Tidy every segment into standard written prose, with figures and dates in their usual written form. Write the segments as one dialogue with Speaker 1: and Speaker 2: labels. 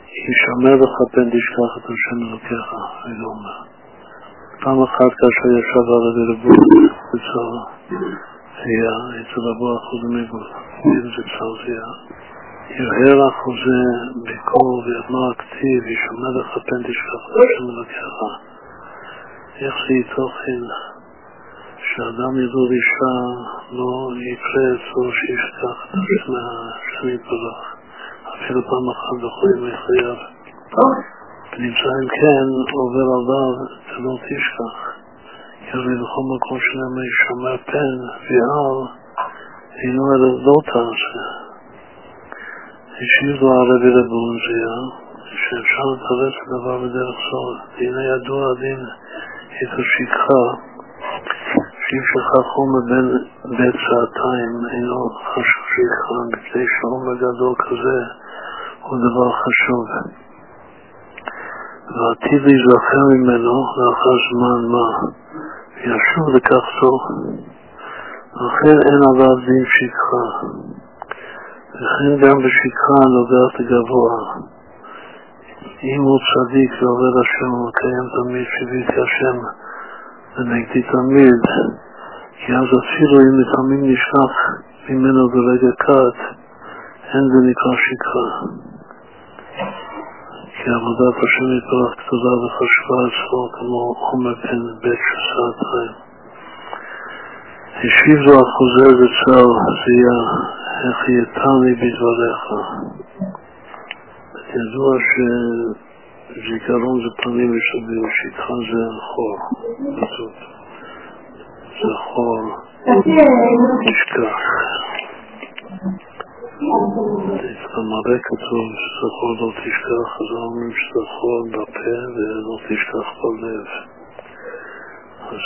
Speaker 1: ישמר לך פן תשכח את השם אלוקיך, אני אומר. פעם אחת כאשר ישב על הדרבון בצל זייה, אצל רבו החוזה מגול, זה צל זייה, יראה לך חוזה בקול ויאמר הכתיב, ישמר לך פן תשכח את השם אלוקיך. איך זה יתוכן שאדם ידעו אישה לא יקרה אצלו שישכח את השם יתברך, אפילו פעם אחת בכל ימי חייו. ונמצא אם כן עובר עליו ולא תשכח, יראה בכל מקום שנאמר ישמר פן ועל אינו אלא לא תעשה. השיב לו הרבי רבון זיה שאפשר לתרץ לדבר בדרך זו, והנה ידוע הדין את השכחה שאם שכחו מבין בית שעתיים אינו חשוב שכחה, מפני שעומר גדול כזה הוא דבר חשוב. ועתיד להיזכר ממנו לאחר זמן מה, וישוב לכך זו, לכן אין עליו דין שכחה. וכן גם בשכחה נוגעת לגבוה. אם הוא צדיק ועובד השם ומקיים תמיד שביתי השם ונגדי תמיד, כי אז אפילו אם לפעמים נשכח ממנו ברגע קט, אין זה נקרא שכחה. כי עבודת השם יתברך כתובה וחשובה אצלו כמו עומר בן בית שעתיים. השיב לו החוזר בצל זייה, איך יתן לי בדבריך. ידוע שזיכרון זה פנים ושבים, שכחה זה חור. זה חור נשכח. במראה כתוב שזכור לא תשכח, אז אומרים שזכור בפה ולא תשכח בלב. אז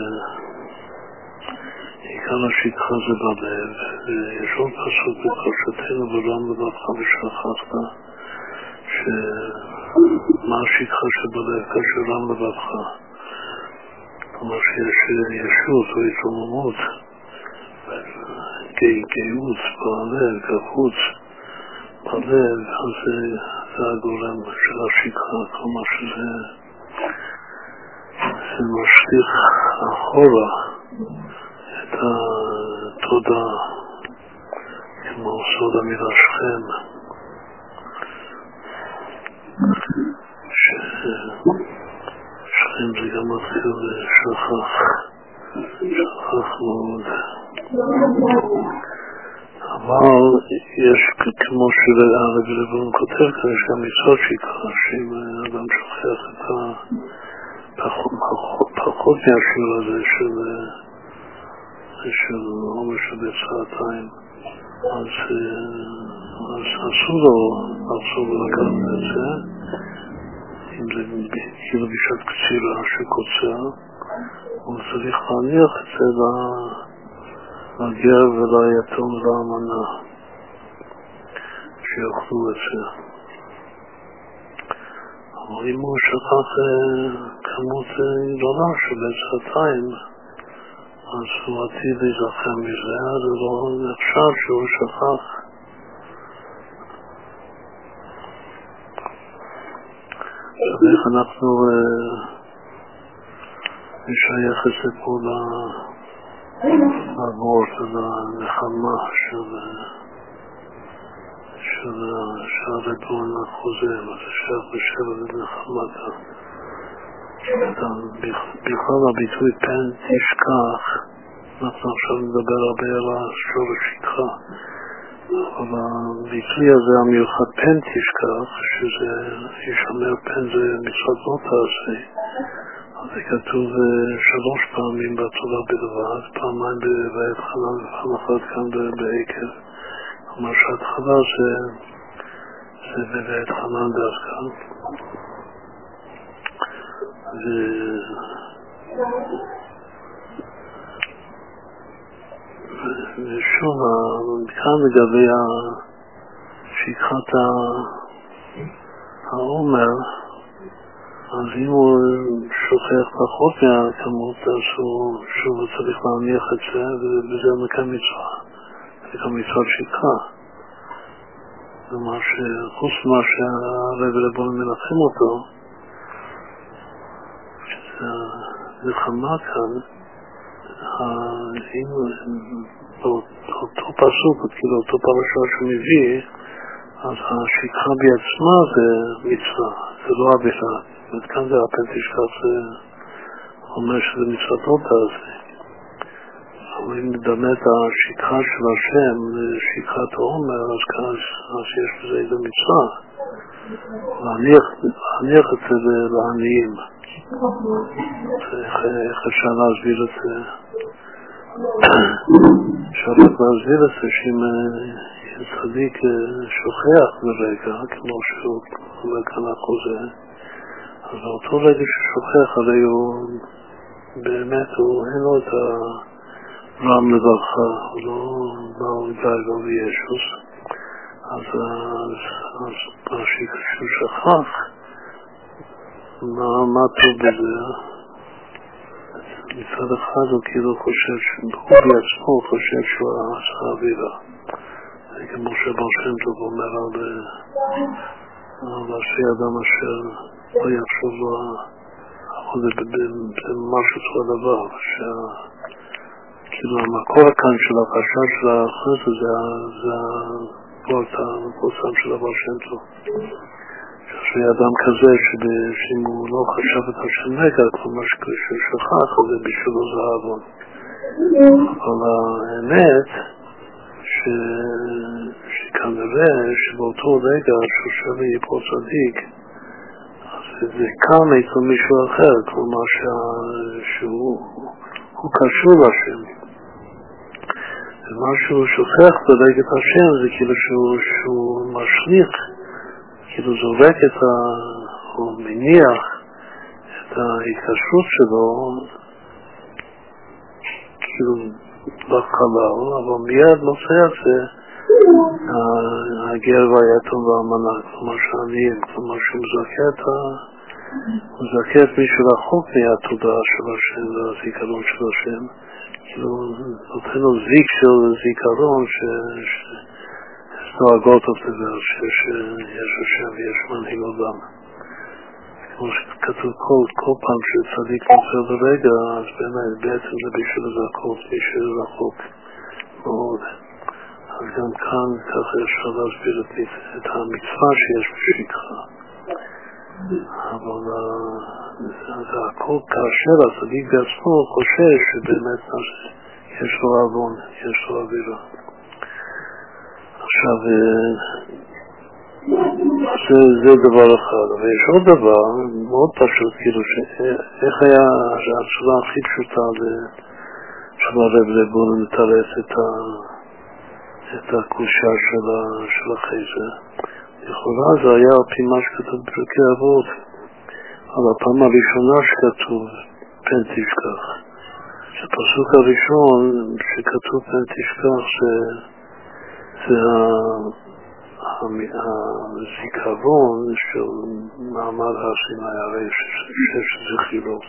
Speaker 1: עיקר השכחה זה בלב, ויש עוד פסוק בקושתנו ולא מדווח ושכחת, שמה השכחה שבלב כאשר לא מדווח? כלומר שיש ישות או התרוממות, גאות בלב, גאות בלב, אז זה הגורם של השכחה, כלומר שזה משליך אחורה את התודה, כמו סוד המילה שכם, שכם זה גם מתחיל שכח מאוד. אבל יש כמו שהרבי רבון כותב כאן, יש גם מצוות שכחה, שאם אדם שוכח את פחות מהשיעור הזה של עומר שבית שעתיים, אז אסור לו לחזור ולקחת את זה, אם זה כאילו בשעת קצירה שקוצר, הוא צריך להניח את זה לגר וליתום ולאלמנה שיאכלו את זה. אבל אם הוא שכח כמות גדולה של שעתיים, אז הוא עתיד להיזכר מזה, אז זה לא נחשב שהוא שכח. עכשיו איך אנחנו נשייך את זה פה לעבוד ולנחמה של הרבון החוזר, זה שייך בשבע לנחמתה. בכלל הביטוי פן תשכח, אנחנו עכשיו נדבר הרבה על השורש שכחה, אבל הביטוי הזה המיוחד פן תשכח, שזה ישמר פן זה מצוות לא תעשה, אז זה כתוב 3 פעמים בתורה בלבד, פעמיים בבית חנן ופעם אחת כאן בעקב. כלומר שההתחלה זה בבית חנן דווקא. ושוב, כאן לגבי שכחת העומר, אז אם הוא שוכח פחות מהכמות, אז הוא שוב צריך להניח את זה, ובזה מקיים מצווה. זה גם מצוות שכחה. כלומר שחוץ מה שהרב רבון מנחם אותו, שהמלחמה כאן, אותו פסוק, כאילו אותו פרשה שהוא מביא, אז השכחה בעצמה זה מצווה, זה לא עבירה. וכאן זה הפן תשכח, זה אומר שזה מצוות לא תעשה. אבל אם נדמה את השכחה של השם לשכחת העומר, אז יש בזה איזו מצווה. להניח את זה לעניים. איך אפשר להסביר את זה? אפשר להסביר את זה שאם צדיק שוכח ברגע, כמו שהוא אומר כאן החוזה, אז אותו רגע ששוכח, הרי הוא באמת, אין לו את הרם לברכה, הוא לא די לא בישוס, אז שהוא שכח, מה טוב בזה? מצד אחד הוא כאילו חושב, הוא בעצמו חושב שהוא עשה אווירה. כמו שבר שם טוב אומר על עשי אדם אשר לא יחשוב לו, אבל זה ממש אותו הדבר, כאילו המקור כאן של החשש של החסד זה הפורסם של הבר שם טוב. שעשי אדם כזה שאם הוא לא חשב את השם רגע, כל מה שהוא שכח, זה בשבילו זה אהבון. אבל האמת, שכנראה שבאותו רגע שהוא שווה יפול צדיק, אז זה קם אצל מישהו אחר, כלומר שהוא קשור לשם. ומה שהוא שוכח ברגע את השם זה כאילו שהוא משליך, כאילו זורק או מניח את ההתקשרות שלו, כאילו בחלל, אבל מיד מוצא את זה הגר והיתום והאלמנה, כלומר שהעניים, כלומר שהוא מזכה את מישהו רחוק מהתודעה של השם והזיכרון של השם, כאילו נותן לו זיק של זיכרון שדואגות את זה, שיש השם ויש מנהיג עולם. כמו שכתוב כל פעם שצדיק נמצא ברגע, אז בעצם זה בשביל זכות, בשביל רחוק מאוד. אז גם כאן ככה אפשר להסביר את המצווה שיש בשכחה. אבל זה הכל כאשר הצדיק בעצמו חושב שבאמת יש לו עוון, יש לו עבירה. עכשיו, זה דבר אחד, אבל יש עוד דבר מאוד פשוט, כאילו איך היה התשובה הכי פשוטה של הרב רבון מתרץ את הקושה של החייזה. לכאורה זה היה על פי מה שכתוב בפרקי אבות, על הפעם הראשונה שכתוב פן תשכח. הפסוק הראשון שכתוב פן תשכח זה הזיכרון של מעמד הר סיני, הרי שש זכירות.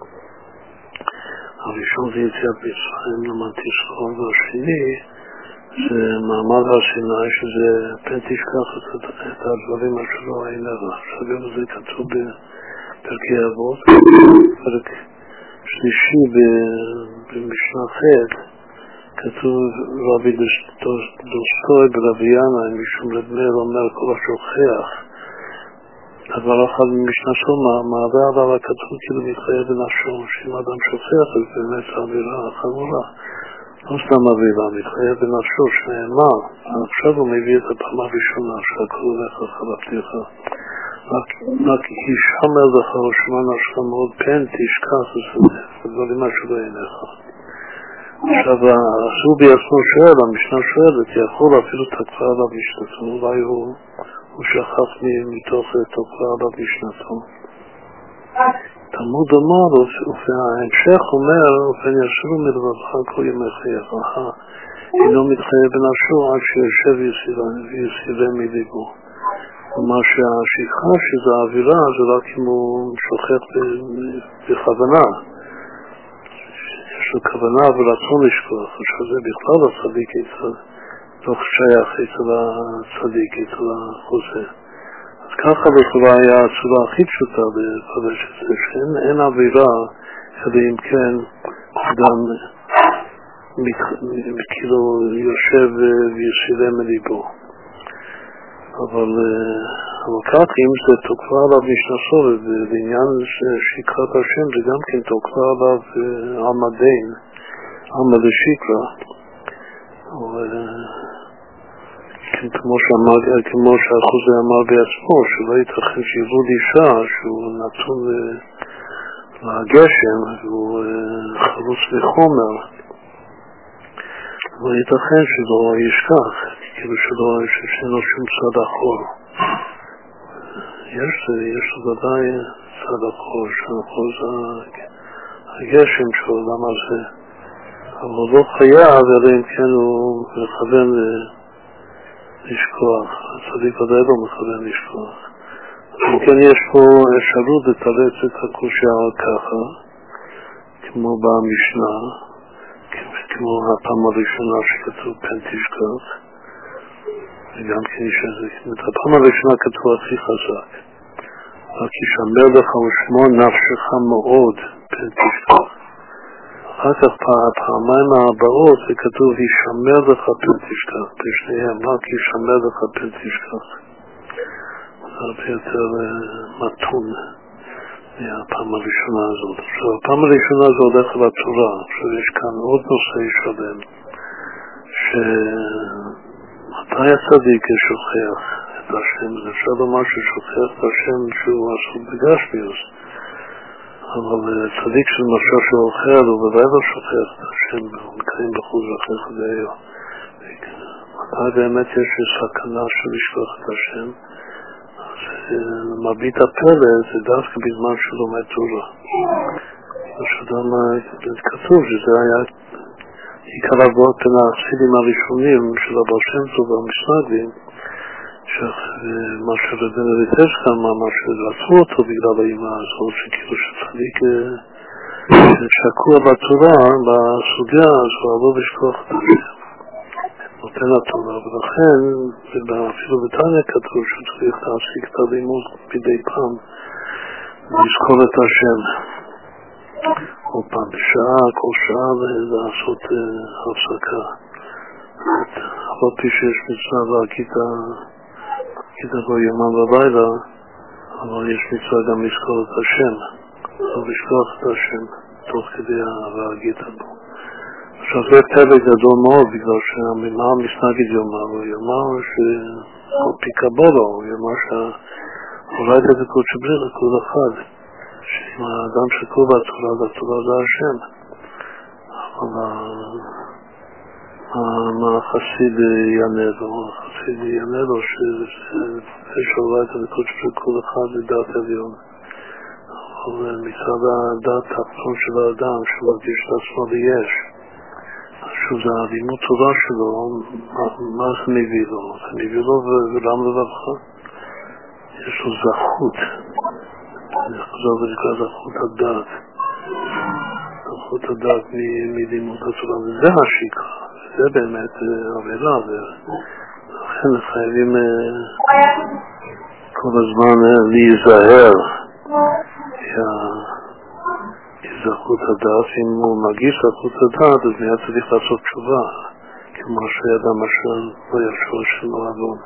Speaker 1: הראשון זה יציאת מצרים למדתי סחור, והשני זה מעמד הר סיני, שזה פן תשכח את הדברים אשר לא עיניך. עכשיו זה כתוב בפרקי אבות, פרק שלישי במשנה ח' כתוב רבי דוסטוי ברבי ינאי, משום רב מאיר אומר כל השוכח. דבר אחד במשנתו מהווה עליו הכתוב כאילו מתחייב בנפשו, שאם אדם שוכח אז באמת האווירה החמורה. לא סתם אווירה, מתחייב בנפשו שנאמר. עכשיו הוא מביא את הפעם הראשונה שהכל הולך אחר הפתיחה. רק ישמר לך ושמע נפשך מאוד פן תשכח את דברים אשר לא עיניך. עכשיו, הסור בעצמו שואל, המשנה שואלת, יכול אפילו תקפה עליו משנתו, אולי הוא שכח מתוך תקפה עליו משנתו. תלמוד אומר, וההמשך אומר, ופן ישרו מלבבך כל ימי חייך, אינו מתחייב בנפשו עד שיושב ויסירה מליבו. כלומר שהשכחה שזה האווירה, זה רק אם הוא שוכח בכוונה. יש לו כוונה ורצון לשכוח, עכשיו זה בכלל הצדיק תוך שייך אצל הצדיק, אצל החוזה. אז ככה בכלל היה הצורה הכי פשוטה לפרש את זה, שאין עבירה, אלא אם כן אדם כאילו יושב ויסירה מליבו. אבל כך אם זה תוקפה עליו משנסו, ובעניין שיקרת השם זה גם כן תוקפה עליו עמדין, עמד השיקרה. כמו שהחוזה אמר בעצמו, שלא ייתכן שיבוד אישה שהוא נתון לגשם והוא חלוץ מחומר, לא ייתכן שלא ישכח, כאילו שאין לו שום צד אחור. יש ודאי צד אחור, שהחור זה הגשם של העולם הזה, אבל הוא לא חייב, אלא אם כן הוא מכוון לשכוח, הצדיק ודאי לא מכוון לשכוח. אם כן יש פה אפשרות לתרץ את הקושיה ככה, כמו במשנה, כמו הפעם הראשונה שכתוב פן תשכח, וגם כן יש איזה, הפעם הראשונה כתוב הכי חזק, רק ישמר לך ושמו נפשך מאוד פן תשכח. אחר כך פעמיים הבאות זה כתוב ישמר לך פן תשכח, בשניהם רק ישמר לך פן תשכח. זה הרבה יותר מתון מהפעם הראשונה הזאת. עכשיו הפעם הראשונה זה הולך לתורה, עכשיו יש כאן עוד נושא שלם, שמתי הצדיק שוכח את השם, זה אפשר לומר ששוכח את השם שהוא עסוק בגשמיוס, אבל צדיק של משהו שאוכל הוא בוודאי לא שוכח את השם, הוא מקיים בחוז אחרי חדאיו. מתי באמת יש סכנה של לשכוח את השם? מביט הפלא זה דווקא בזמן שהוא לומד תורה. שדם כתוב שזה היה עיקר אבות בין החסידים הראשונים של הבעל שם טוב והמשנגדים, שמה שרבנו ריטש כאן, מה שרצו אותו בגלל האמא הזאת, שכאילו שצדיק שקוע בתורה, בסוגיה הזו, לא לשכוח את השם. נותן התורה, ולכן, אפילו בתניא כתוב שצריך להפסיק את הלימוד מדי פעם, לזכור את השם. כל פעם בשעה, כל שעה, לעשות הפסקה. אבל פי שיש מצווה להגיד בו יומם בלילה, אבל יש מצווה גם לזכור את השם, לא לשכוח את השם, תוך כדי להגיד בו. עכשיו זה פלא גדול מאוד, בגלל שהמימה מסנגד יומר, הוא יומר שכל פי קבולה, הוא יומר שהוריד את הכל שבלי לכל אחד, שאם האדם שכל בתורה, התורה זה השם. אבל החסיד יענה לו, שהוריד את הכל שבלי כל אחד לדעת עליון. אבל מצד הדעת תחתון של האדם, שהוא מרגיש את עצמו ויש. שזה הלימוד תורה שלו, מה זה מביא לו? זה מביא לו ולם לברכה. יש לו זכות. נחזור ונקרא זכות הדעת. זכות הדעת מלימוד התורה. וזה השיקרה. זה באמת עבירה. ולכן חייבים כל הזמן להיזהר. זכות הדעת, אם הוא מגיש זכות הדעת, אז מיד צריך לעשות תשובה, כמו שאדם אשר לא יחשוב שלא עוון.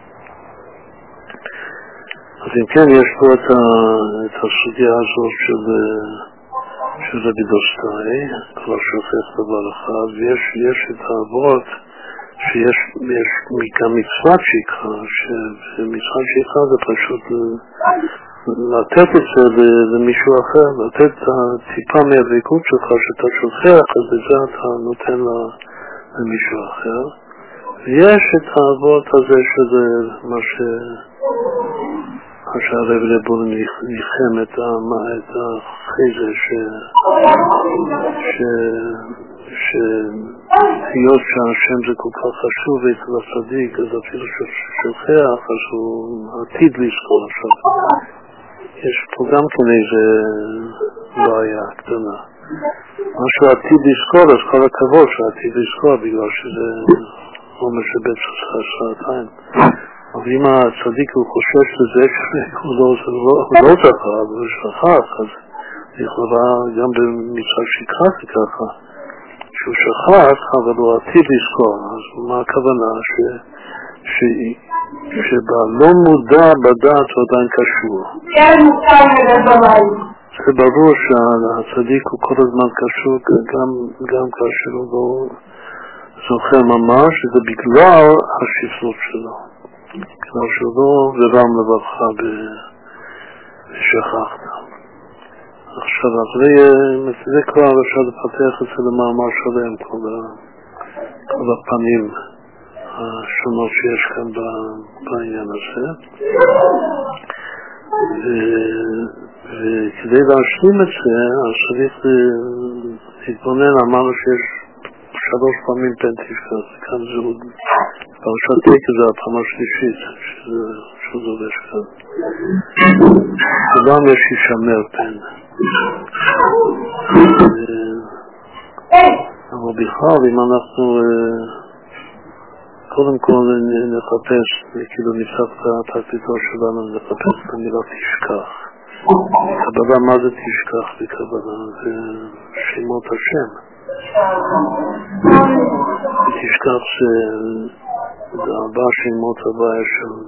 Speaker 1: אז אם כן, יש פה את הסוגיה הזאת של רבי דוסטאי, כבר שופך דבר אחד, ויש את האבות שיש גם מצוות שיקחה, שמצוות שיקחה זה פשוט לתת את זה למישהו אחר, לתת טיפה מהדבקות שלך שאתה שוכח, אז בזה אתה נותן למישהו אחר. ויש את האבות הזה שזה מה שהרב רבול ניחם את החזה שהיות שהשם זה כל כך חשוב אצל הצדיק, אז אפילו ששוכח, אז הוא עתיד לזכור עכשיו. יש פה גם כן איזה בעיה קטנה. משהו עתיד לזכור, אז כל הכבוד שעתיד לזכור, בגלל שזה אומר שבית שעתיים. אבל אם הצדיק הוא חושב שזה שהוא לא שכח, הוא שכח, אז יכולה גם במצווה שכחה זה ככה, שהוא שכח, אבל הוא עתיד לזכור. אז מה הכוונה? שבלא מודע בדעת הוא עדיין קשור. זה ברור שהצדיק הוא כל הזמן קשור, גם כאשר הוא לא זוכר ממש, זה בגלל השפלות שלו. בגלל שהוא לא ורם לבבך ושכחת. עכשיו, זה כבר אפשר לפתח את זה למאמר שלם, כל הפנים השונות שיש כאן בעניין הזה. וכדי להשלים את זה, אז צריך להתבונן, אמרנו שיש 3 פעמים פנטיקוסט, כאן זה עוד פרשת תקע, זה הפעם השלישית שזה הולך כאן. וגם יש שישמר פן. אבל בכלל, אם אנחנו קודם כל נחפש, כאילו נפסק את התקליטו שלנו, נחפש את המילה תשכח. קבלה, מה זה תשכח בקבלה? זה שמות השם. תשכח זה 4 שמות הבעיה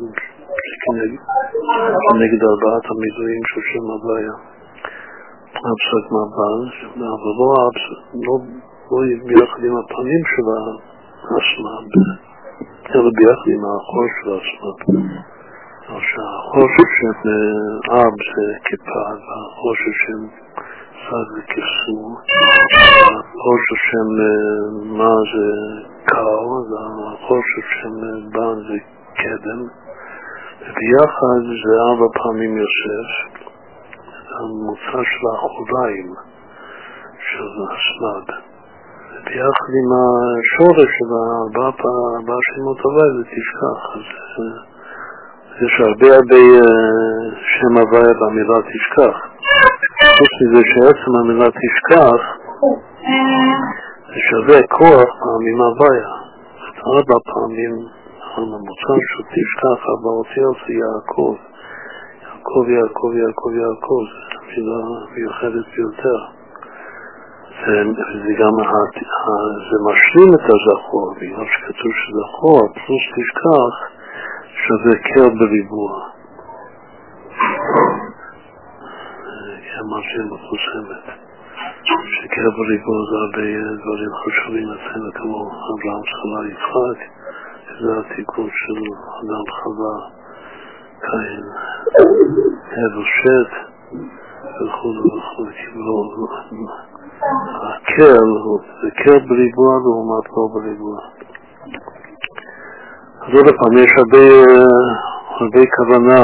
Speaker 1: כנגד 4 המזוהים של שם הבעיה. הפסק מהבעל, אבל לא ביחד עם הפנים של העצמה, אלא ביחד עם האחור של העצמה. שהאחור של שם אב זה כיפה, והאחור של שם סג זה כסור, האחור של שם מה זה קאו, והאחור של שם בן זה קדם, וביחד זה 4 פעמים יוסף, המוצא של האחוריים של הסמד. ביחד עם השורש של 4 שמות הוואי זה תשכח. אז יש הרבה שם הוואי במילה תשכח. חוץ מזה שעצם המילה תשכח זה שווה כוח פעמים הוואי. 4 פעמים הממוצע של תשכח, אבל אותיות זה יעקב. יעקב, יעקב, יעקב, יעקב. זה מילה מיוחדת ביותר. זה גם, זה משלים את הזכור, בגלל שכתוב שזכור פלוס תשכח שווה קר בריבוע. מה זה מפורסמת. שקר בריבוע זה הרבה דברים חשובים אצלנו, כמו אברהם שחלה יצחק, שזה התיקון של אדם חווה, קין, הבל שת, וכו' וכו', כאילו הקל, זה קל בריבוע לעומת לא בריבוע. אז עוד פעם, יש הרבה כוונה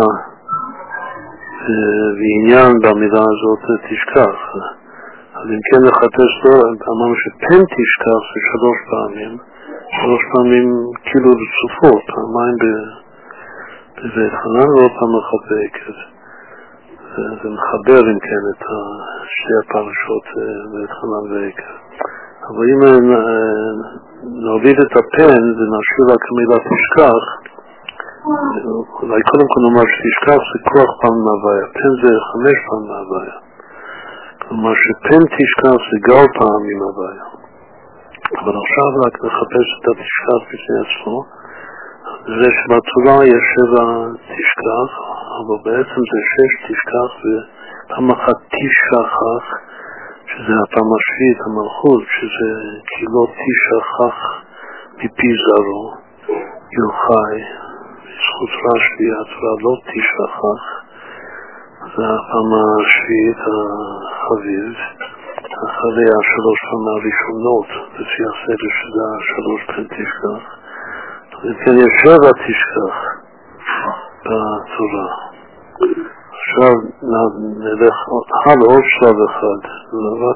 Speaker 1: ועניין במילה הזאת תשכח. אז אם כן נחפש לו, אמרנו שפן תשכח זה 3 פעמים, 3 פעמים כאילו רצופות, פעמיים בבית חנן ועוד פעם מחבקת. זה מחבר אם כן את 2 הפרשות בית חנן ועקב. אבל אם נוריד את הפן ונשאיר רק המילה תשכח, אולי קודם כל נאמר שתשכח זה כוח פעם מהוויה, פן זה 5 פעם מהוויה. כלומר שפן תשכח זה גל פעם מהוויה. אבל עכשיו רק נחפש את התשכח בפני עצמו. זה שבתורה יש 7 תשכח, אבל בעצם זה 6 תשכח ופעם אחת תשכח, שזה הפעם השביעית המלכות, שזה כי לא תשכח מפי זרו, יוחאי, בזכות רשב"י התורה לא תשכח, זה הפעם השביעית החביב, אחרי 3 פעמים הראשונות, לפי הסדר שזה 3 פן תשכח. וכן יש 7 תשכח בתורה. עכשיו נלך הלאה עוד שלב אחד, רק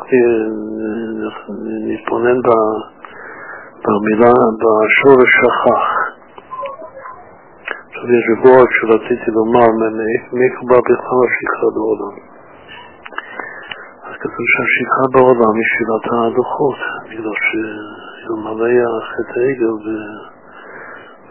Speaker 1: נתבונן במילה, בשורש שכח. עכשיו יש בורד שרציתי לומר, מאיפה בא בכלל השכחה בעולם? אז כתוב שהשכחה בעולם היא שאלת הדוחות, בגלל שאלמלא חטא העגל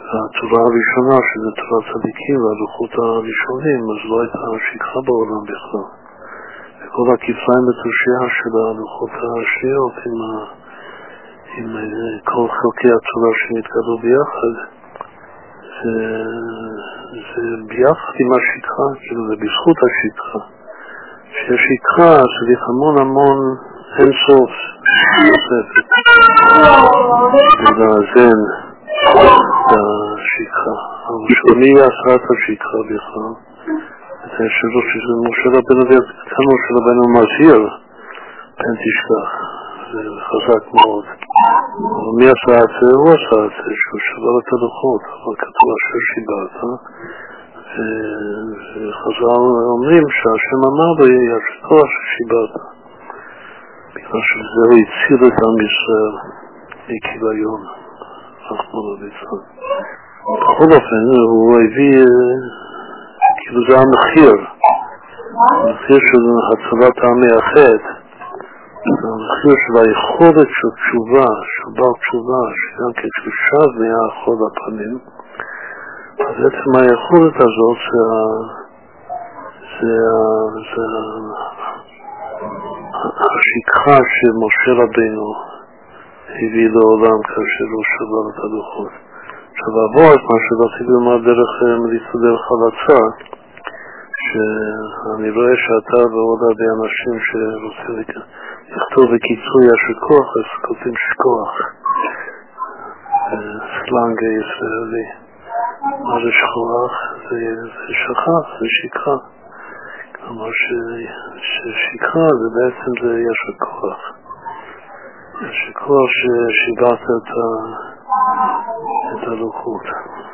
Speaker 1: והתורה הראשונה, שזה תורת צדיקים והלוחות הראשונים, אז לא הייתה שכחה בעולם בכלל. וכל הכפליים בתושייה של הלוחות השניות עם כל חלקי התורה שנתגלו ביחד, זה ביחד עם השכחה, כאילו זה בזכות השכחה. שהשכחה צריך המון אין סוף נוספת ולאזן את השכחה. אבל שמי עשה את השכחה בכלל? את האפשרות שזה משה רבנו וכאן משה רבנו מזהיר, פן תשכח, זה חזק מאוד. אבל מי עשה את זה? הוא עשה את זה, שהוא שבר את הלוחות, אבל כתוב אשר שיברת. וחז"ל אומרים שהשם אמר לו ישתו אשר שיברת. בגלל שזה הוא הציל את עם ישראל מכיליון, רחמנא ליצלן. בכל אופן הוא הביא, כאילו זה המחיר של הצלת העמי החטא, זה המחיר של היכולת של תשובה, של בעל תשובה, שגם כשהוא שב מהחול הפנים, אז בעצם היכולת הזאת זה השכחה שמשה רבנו הביא לעולם כאשר הוא שבר את הלוחות. עכשיו עבור את מה שרציתי לומר דרך מליצה דרך הלצה, שאני רואה שאתה ועוד הרבה אנשים שרוצים לכתוב בקיצוי השכוח, אז כותבים שכוח, סלנג הישראלי. מה זה שכוח? זה שכח, זה שכחה. כלומר ששכחה זה בעצם זה יש הכוח. יש הכוח ששיברת את הלוחות.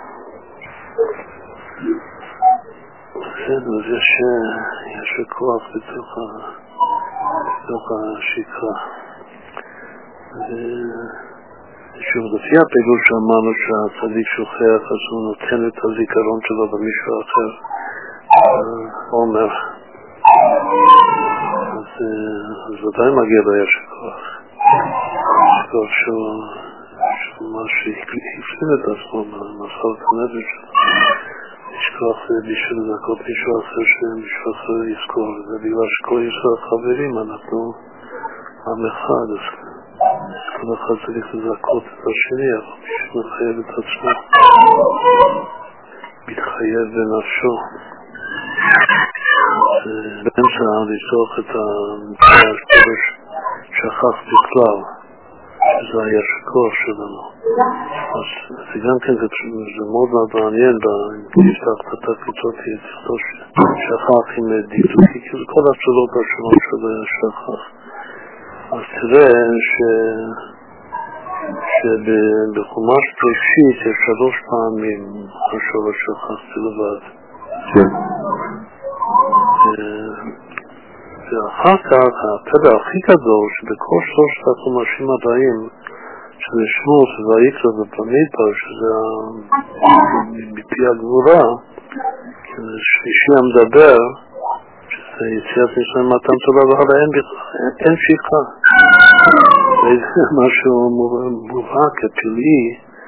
Speaker 1: בסדר, אז יש הכוח בתוך השכחה. שוב, לפי הפעילות שאמרנו שהצדיק שוכח, אז הוא נותן את הזיכרון שלו במישהו אחר, אומר. אז ודאי מגיע לו יש כוח. כוח שהוא ממש הפלים את עצמו, מסר את הנפש שלו. יש כוח בשביל לזכות מישהו אחר שמישהו אחר יזכור. זה בגלל שכל ישראל חברים, אנחנו עם אחד, אז כל אחד צריך לזכות את השני, אבל מישהו מחייב את עצמו, מתחייב בנפשו. באמצע לצורך את המצווה השורש שכח בכלל, שזה היה שכוח שלנו. אז זה גם כן, זה מאוד מעניין, אם תפתח את הקבוצות תכתוב שכח עם דקדוקי, כי זה כל הצורות השונות של שכח. אז תראה שבחומש בראשית יש 3 פעמים השורש שכחתי לבד. ואחר כך הפלא הכי גדול שבכל 3 החומשים הבאים, שזה שמות ויקרא ובמדבר, שזה מפי הגבורה, שזה שלישי המדבר, שזה יציאת ישראל מתן תורה והלאה, אין שכחה. וזה משהו מובהק כפלאי,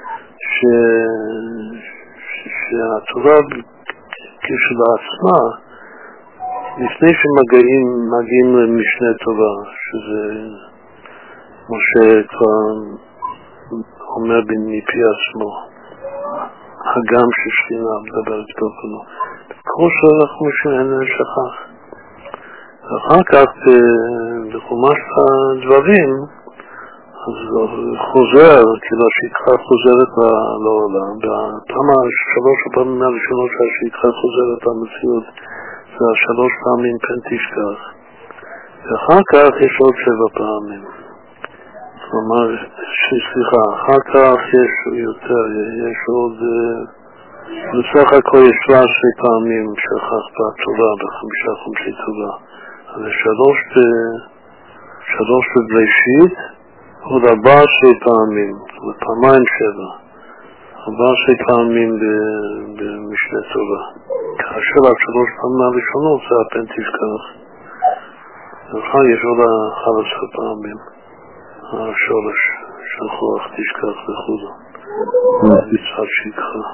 Speaker 1: שהתורה כשלעצמה, לפני שמגיעים למשנה טובה, שזה משה כבר אומר מפי עצמו, הגם ששכינה מדברת בתוכנו. כל שאנחנו שאין שכח. ואחר כך בחומש הדברים, אז חוזר, כאילו השכחה חוזרת לעולם. והפעם 3 הפעמים הראשונות שהשכחה חוזרת למציאות, זה 3 פעמים פן תשכח. ואחר כך יש עוד 7 פעמים. כלומר, סליחה, אחר כך יש יותר, יש עוד, בסך הכל יש 17 פעמים שכח בתורה, ב5 חומשי תורה. אז 3 בבראשית, עוד 14 פעמים, פעמיים 7. 14 פעמים במשנה תורה. כאשר 3 פעמים הראשונות זה הפן תשכח. ואחר יש עוד 11 פעמים השורש של כוח תשכח וכו'. מצוות שכחה.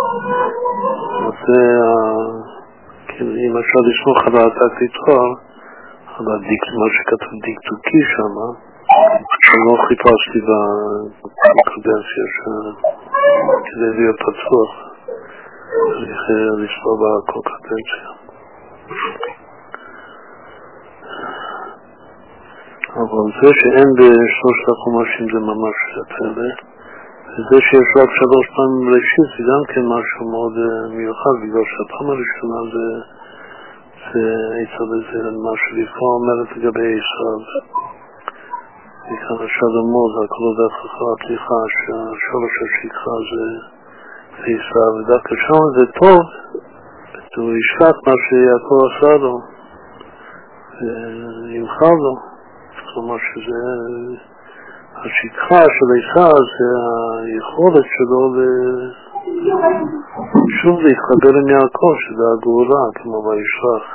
Speaker 1: אז אם אפשר לסמוך על התקליטור, על מה שכתוב דקדוקי שם, שלא חיפשתי בקודנסיה כדי להיות פתוח, צריך לסמוך בכל קודנסיה. אבל זה שאין בשלושת החומשים זה ממש פלא, וזה שיש רק 3 פעמים ראשית זה גם כן משהו מאוד מיוחד, בגלל שהפעם הראשונה זה זה משהו לפעמים אומרת לגבי עשיו, וכאן השלמות, הכל הודעת חכם הפתיחה, שהשורש השכחה זה עשיו, ודווקא שם זה טוב, הוא ישלח מה שיעקב עשה לו, וימחל לו, כלומר שזה השכחה של עשיו זה היכולת שלו שוב להתחבר עם יעקב, שזה הגאולה, כמו בישלח.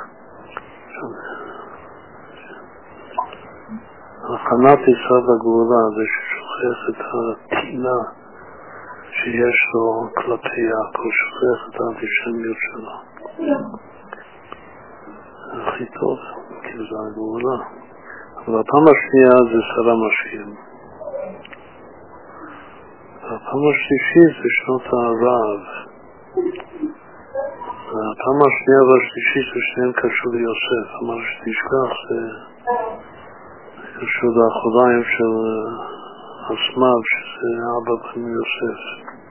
Speaker 1: הכנת עשיו לגאולה זה ששוכח את הטינה שיש לו כלפי יעקב, שוכח את האנטישמיות שלו. זה הכי טוב, כי זה הגאולה. אבל הפעם השנייה זה שרה משקיעים. הפעם השלישית זה שנות הרעב. הפעם השנייה והשלישית זה שניהם קשור ליוסף. אמר שתשכח זה קשור לאחוריים של הסמל, שזה אבא בן יוסף.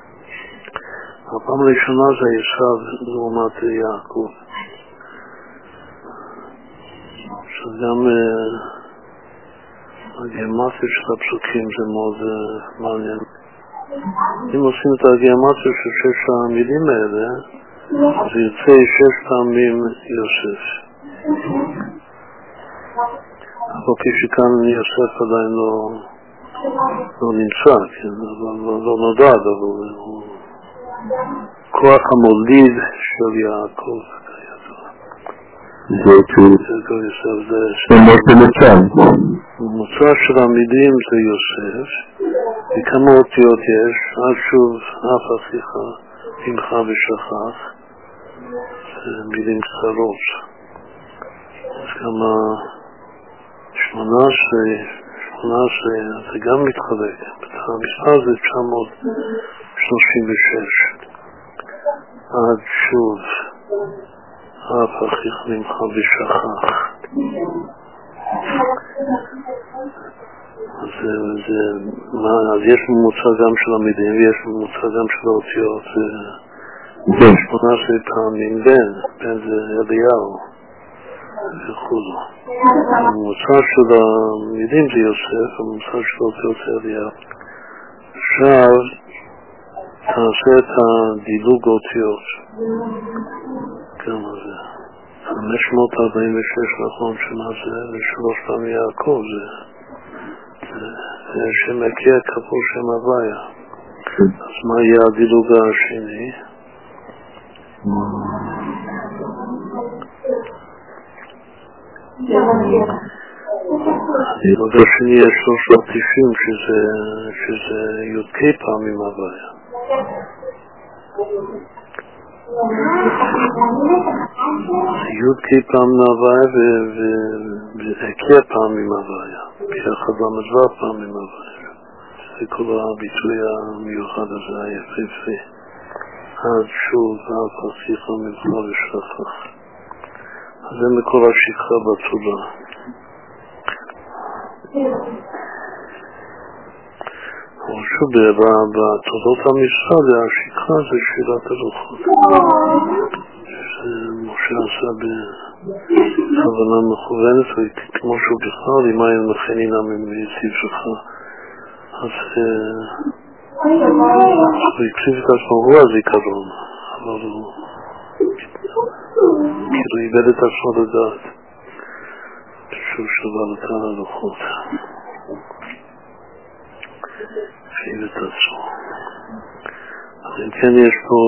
Speaker 1: הפעם הראשונה זה עשיו לעומת יעקב. שגם הגיאומטיה של הפסוקים זה מאוד מעניין. אם עושים את הגיאומטיה של 6 המילים האלה, זה יוצא 6 פעמים יוסף. אבל כשכאן יוסף עדיין לא נמצא, לא נודע, אבל הוא כוח המוליד של יעקב.
Speaker 2: זה
Speaker 1: המוצא של המילים זה יוסף, וכמה אותיות יש, עד שוב אף אחיך עמך ושכח, זה מילים קצרות. אז כמה 18, זה גם מתחלק, המספר זה 936, עד שוב אף אחיך ממך ושכח. אז יש ממוצע גם של המילים ויש ממוצע גם של האותיות. 18 פעמים בן זה אליהו וכו'. הממוצע של המילים זה יוסף, הממוצע של האותיות זה אליהו. עכשיו תעשה את הדילוג האותיות. כמה זה? 546, נכון, שמה זה? ו3 פעמים יעקב זה שם הקיע כפול שם הוויה. אז מה יהיה הדילוג השני? הדילוג השני יש 390 שזה י"ק פעמים הוויה. י"ק פעמים הוויה והקיע פעמים הוויה. ביחד למדבר פעמים הוויה. זה כל הביטוי המיוחד הזה, היפהפה. עד שוב אף אחיך ממך ושכח. אז זה מכל השכחה בתורה. אבל שוב, בתולדות המשרד, השכחה זה שירת הלוחות. שמשה עשה בכוונה מכוונת, וכמו שהוא בכלל, אם היה מכנינם מציב שלך, אז הוא הקציב את עצמו, הוא הזיכרון, אבל הוא כאילו איבד את עצמו לדעת, שהוא שווה לתן הלוחות. הפעיל את עצמו. אז אם כן יש פה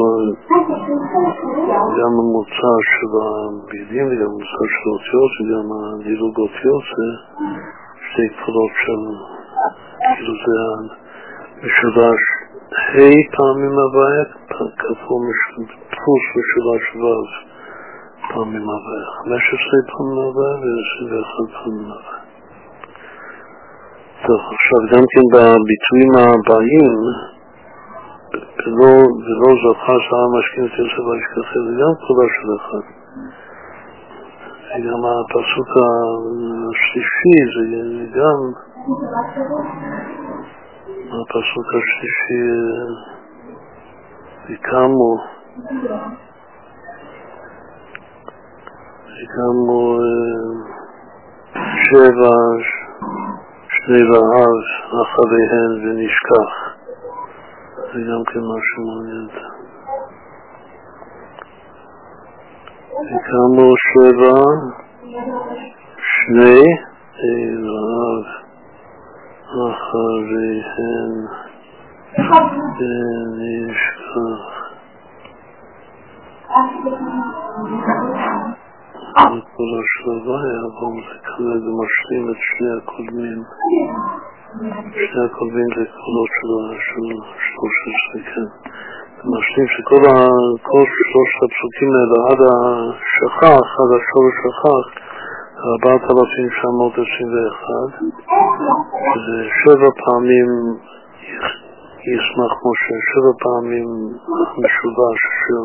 Speaker 1: גם המוצא של הבידים וגם המוצא של האותיות וגם הדילוג האותיות זה שתי כפולות של כאילו זה משולש פעמים הוויה כפול פלוס משולש ו' פעמים הוויה. 15 פעמים הוויה ו21 פעמים הוויה. טוב, עכשיו גם כן בביטויים הבאים, ולא זכה שעה משכין את יוסף וישכחך, זה גם כפולה של אחד. וגם הפסוק השלישי, זה גם הפסוק השלישי, יקמו שבע שני רעב אחריהן ונשכח. זה גם כן משהו מעניין. יקמו שבע שני רעב אחריהן ונשכח. זה כל השלבה, אבל זה כרגע משלים את שני הקודמים. שני הקודמים זה קולות של 13, כן. זה משלים שכל שלושת הפסוקים האלה עד השכח, עד השורש שכח, 4,921. זה 7 פעמים ישמח משה, 7 פעמים משובש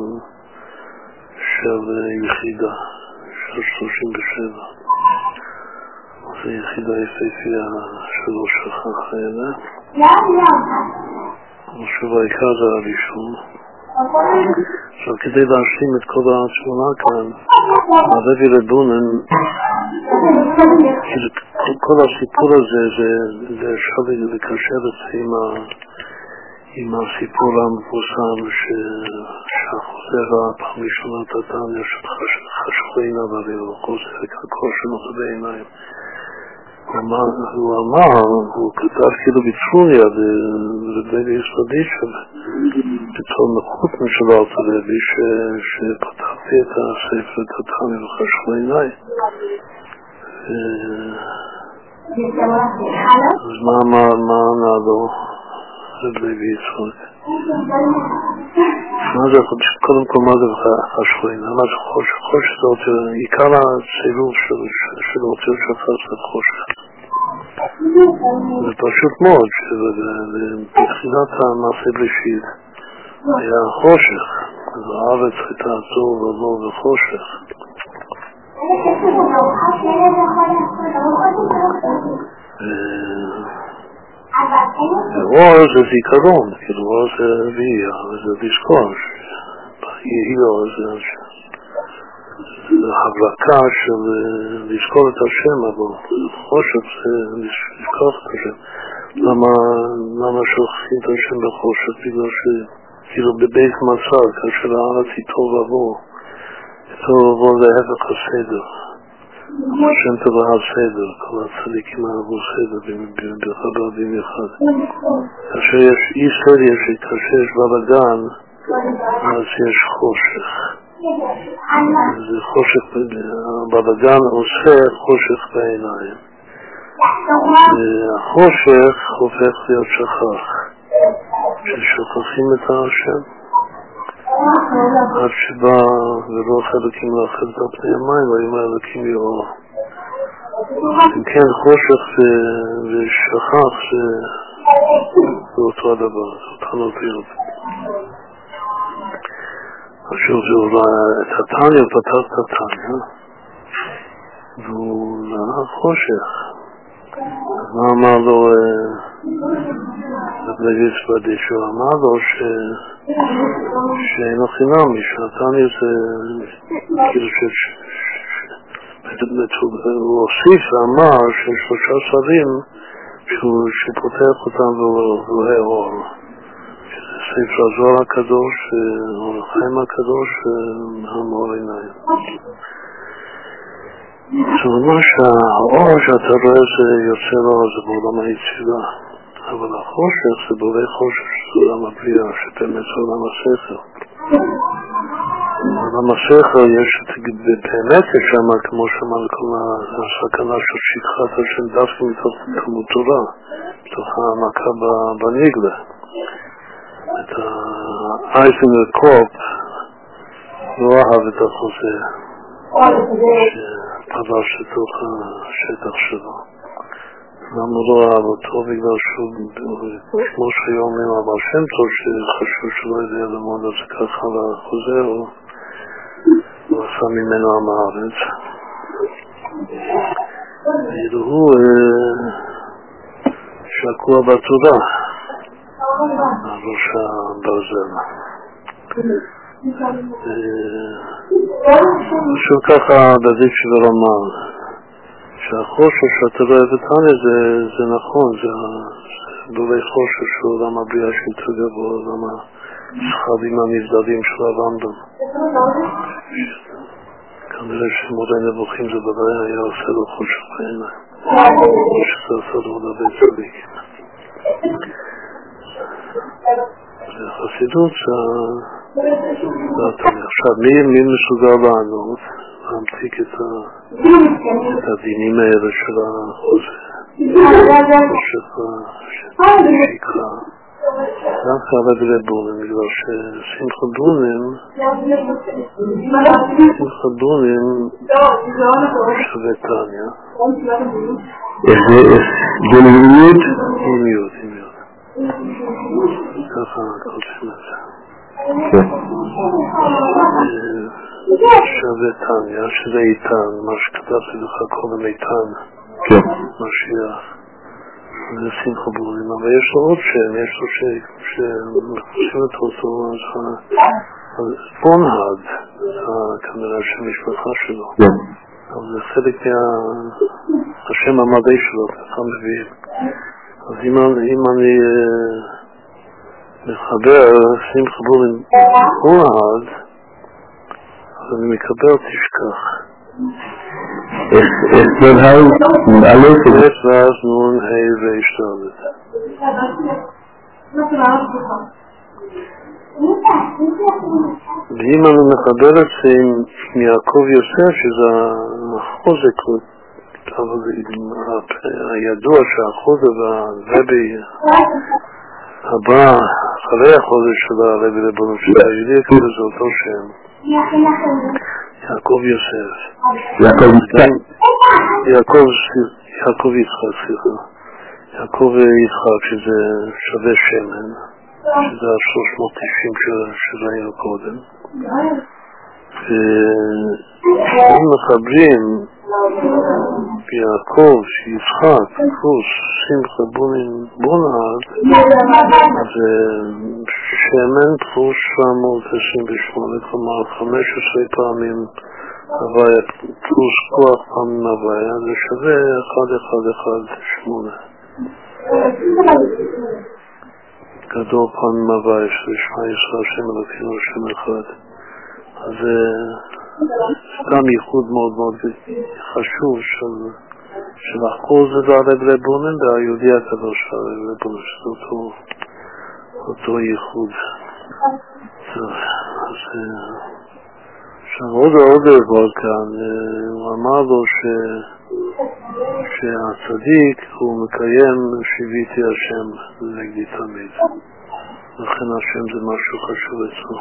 Speaker 1: של יחידה. 37. זה יחידה יפהפייה שלא שכח האלה. ושוב העיקר זה הראשון. עכשיו כדי להשלים את כל התמונה כאן, הרבי רבונן, כל הסיפור הזה זה אפשר לקשר את זה עם הסיפור המפורסם שחוזר הפעם ראשונה תתניה של חשכו עיניו אביו, חוזר ככל שנוחה בעיניים. הוא אמר, הוא כתב כאילו בטרוניה בבית יסודי בתור מחותן של אלתר רבי שפתחתי את הספר תתניה וחשכו עיניי. אז מה ענה לו? רבי יצחק. קודם כל מה זה חשכו עיניי? מה זה חושך? חושך זה אותי, עיקר הצירוף של אותיות של חסד חושך. זה פשוט מאוד שבתחילת המעשה בראשית היה חושך, אז הארץ הייתה עצור ולא וחושך. ואור זה זיכרון, כאילו אור זה ראייה, וזה לזכור, יהי אור זה הברקה של לזכור את השם, אבל חושך זה לזכור את השם. למה שוכחים את השם בחושך? בגלל שכאילו בבית מצב, כאשר הארץ היא טוב עבור, להפך הסדר. השם טוב אהב סדר, כל הצדיקים אהבו סדר, במיוחד. כאשר יש אי סדר, כאשר יש בלגן, אז יש חושך. זה חושך, בלגן עושה חושך בעיניים. החושך הופך להיות שכח, ששוכחים את השם. עד שבא ולא חלקים לאחד את פני המים, והיום האלוקים יאור. אם כן, חושך ושכח זה אותו הדבר, זה אותן אותיות. עכשיו זה אולי את התניה, פתח את התניה, והוא נראה חושך. אז מה אמר לו רבי יצחק? שהוא אמר לו שאינו חינמי, שהתניה זה כאילו הוא הוסיף ואמר ששלושה שרים שפותח אותם והוא אור. ספר הזוהר הקדוש, אור החיים הקדוש, המאור עיניים. זאת אומרת שהאור שאתה רואה זה יוצא לאור, זה בעולם היצירה. אבל החושך זה בולי חושך, זה עולם הבריאה, שבאמת זה עולם השכל. עולם השכל יש, באמת יש שם, כמו שאמרנו, כל הסכנה של שכחת השם דווקא מתוך תלמוד תורה, מתוך העמקה בנגלה. את האייזנר קופ, לא אהב את החוזה שפרש לתוך השטח שלו. למה לא אהב אותו? בגלל שהוא, כמו שהיום עם הבעל שם טוב שחשוב שלא יודע ללמוד על זה ככה על החוזה, הוא עשה ממנו עם הארץ. והוא שקוע בתודה על ראש הברזל. שוב ככה דוד שבר אמר שהחושך שאתה לא אוהב אותנו זה נכון, זה דולי חושך שהוא למה בריאה של תגבור, למה שחדים המזדדים של הרמב"ם. כנראה שמורה נבוכים זה בוודאי היה עושה לו חושך בעיניים. שזה עושה לו הרבה צדיקים. זה חסידות עכשיו, מי מסוגל לענות, להמתיק את הדינים האלה של החוזה, שיקרא. דווקא הרב לבונים, בגלל ששמחה בונים שווה טניה.
Speaker 2: דוניות?
Speaker 1: דוניות. ככה קודשים את זה. שווה טניה, שזה איתן, מה שכתבתי לך קודם איתן, משיח. זה שמחה בונים, אבל יש לו עוד שם, יש לו שמחפשים את אותו, פונהד, כנראה שם משפחה שלו. אבל זה חלק מהשם המדעי שלו, ככה מביאים. אז אם אני מחבר שמחה בונים פונהד, אז אני מקבל תשכח.
Speaker 2: איך נון היי? נון א'
Speaker 1: איך ואז נון היי והשתלת. ואם אני מחבר את זה עם יעקב יוסף, שזה החוזק, אבל הידוע שהחוזק והרבי הבא, אחרי החוזק של הרבי לבונו של היהודי, כאילו זה אותו שם. יעקב יוסף. יעקב יצחק, סליחה. יעקב יצחק, שזה שווה שמן, שזה 390 שראינו קודם. ואם מחברים יעקב יצחק פלוס שמחה בונהד, אז שמן פלוס 728, כלומר 15 פעמים הוויה פלוס כוח פעמים הוויה, זה שווה 1118. גדול פעמים הוויה של שמע ישראל השם אלוקינו השם אחד. אז זה סתם ייחוד מאוד מאוד חשוב של לחקור זה הרב לבונן והיהודי הקדוש הרב לבונן, שזה אותו ייחוד. אז עכשיו עוד דבר כאן, הוא אמר לו שהצדיק הוא מקיים שיביתי השם נגדי תמיד, לכן השם זה משהו חשוב אצלו.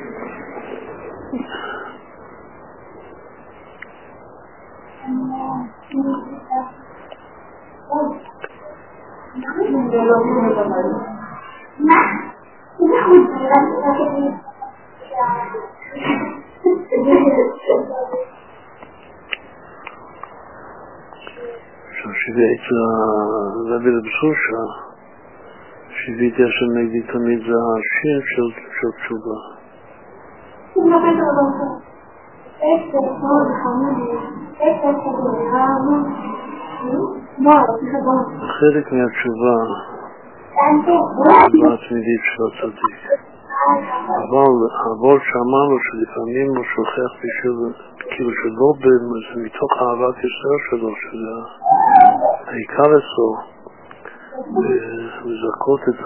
Speaker 1: שיביתי הרבי לבסושה, שיביתי השם נגדי תמיד, זה השיר של תשובה. חלק מהתשובה בהתמידית של הצדיק, אבל שאמרנו שלפעמים הוא שוכח כאילו שלא מתוך אהבת ישראל שלו, שזה העיקר אצלו, לזכות את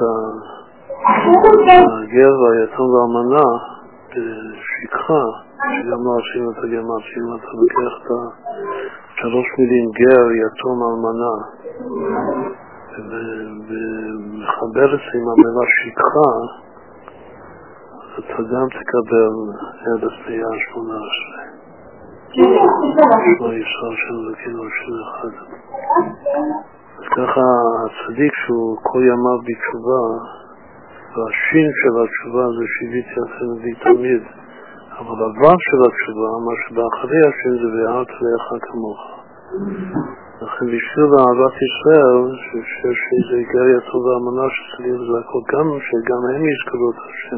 Speaker 1: הגר והיתום והאלמנה בשכחה, שגם לא עשינו את הגמר, שאם אתה לוקח את 3 מילים גר, יתום, אלמנה, ומחבר את זה עם המילה שכחה, אתה גם תקבל 1,118. שמע ישראל של אלוקינו השם אחד. אז ככה הצדיק שהוא כל ימיו בתשובה, והשין של התשובה זה שיביתי לכם מביא תמיד, אבל הוו של התשובה, מה שבאחרי השין זה ואהבת לך כמוך. לכן בשביל אהבת ישראל, שיש איזו היגריה טובה אמונה שצריך זה הכל, שגם הם יזכרו את השם.